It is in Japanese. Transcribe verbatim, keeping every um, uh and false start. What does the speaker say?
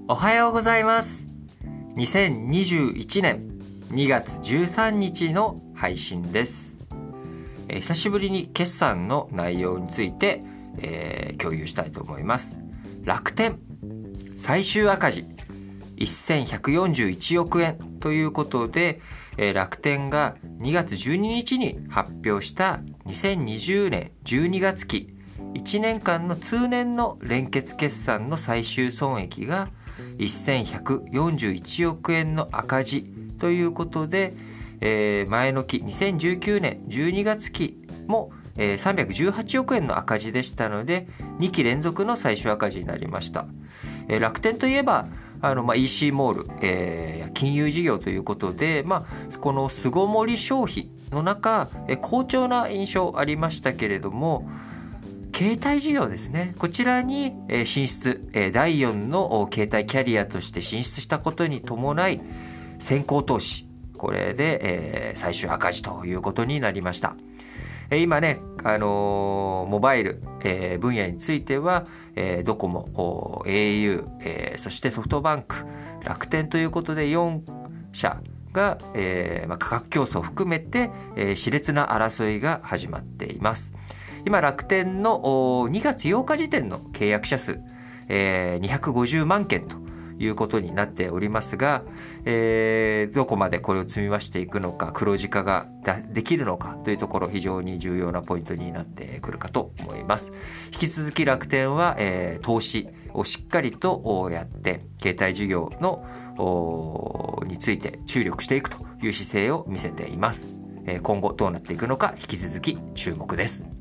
おはようございます。にせんにじゅういちねんにがつじゅうさんにちの配信です。えー、久しぶりに決算の内容について、えー、共有したいと思います。楽天最終赤字せんひゃくよんじゅういちおくえんということで、えー、楽天がにがつじゅうににちに発表したにせんにじゅうねんじゅうにがつきいちねんかんの通年の連結決算の最終損益がせんひゃくよんじゅういちおくえんの赤字ということで、えー、前の期にせんじゅうきゅうねんじゅうにがつきも、えー、さんびゃくじゅうはちおくえんの赤字でしたのでにき連続の最終赤字になりました。えー、楽天といえばあの、まあ、イーシー モール、えー、金融事業ということで、まあ、この巣ごもり消費の中、えー、好調な印象ありましたけれども、携帯事業ですね。こちらに進出、だいよんの携帯キャリアとして進出したことに伴い、先行投資、これで最終赤字ということになりました。今ね、あのー、モバイル、えー、分野については、えー、ドコモ、エーユー、えー、そしてソフトバンク、楽天ということでよんしゃが、えーまあ、価格競争を含めて、えー、熾烈な争いが始まっています。今楽天のにがつようか時点の契約者数、えー、にひゃくごじゅうまんけんということになっておりますが、えー、どこまでこれを積み増していくのか、黒字化ができるのかというところ、非常に重要なポイントになってくるかと思います。引き続き楽天は、えー、投資をしっかりとやって携帯事業のについて注力していくという姿勢を見せています。今後どうなっていくのか引き続き注目です。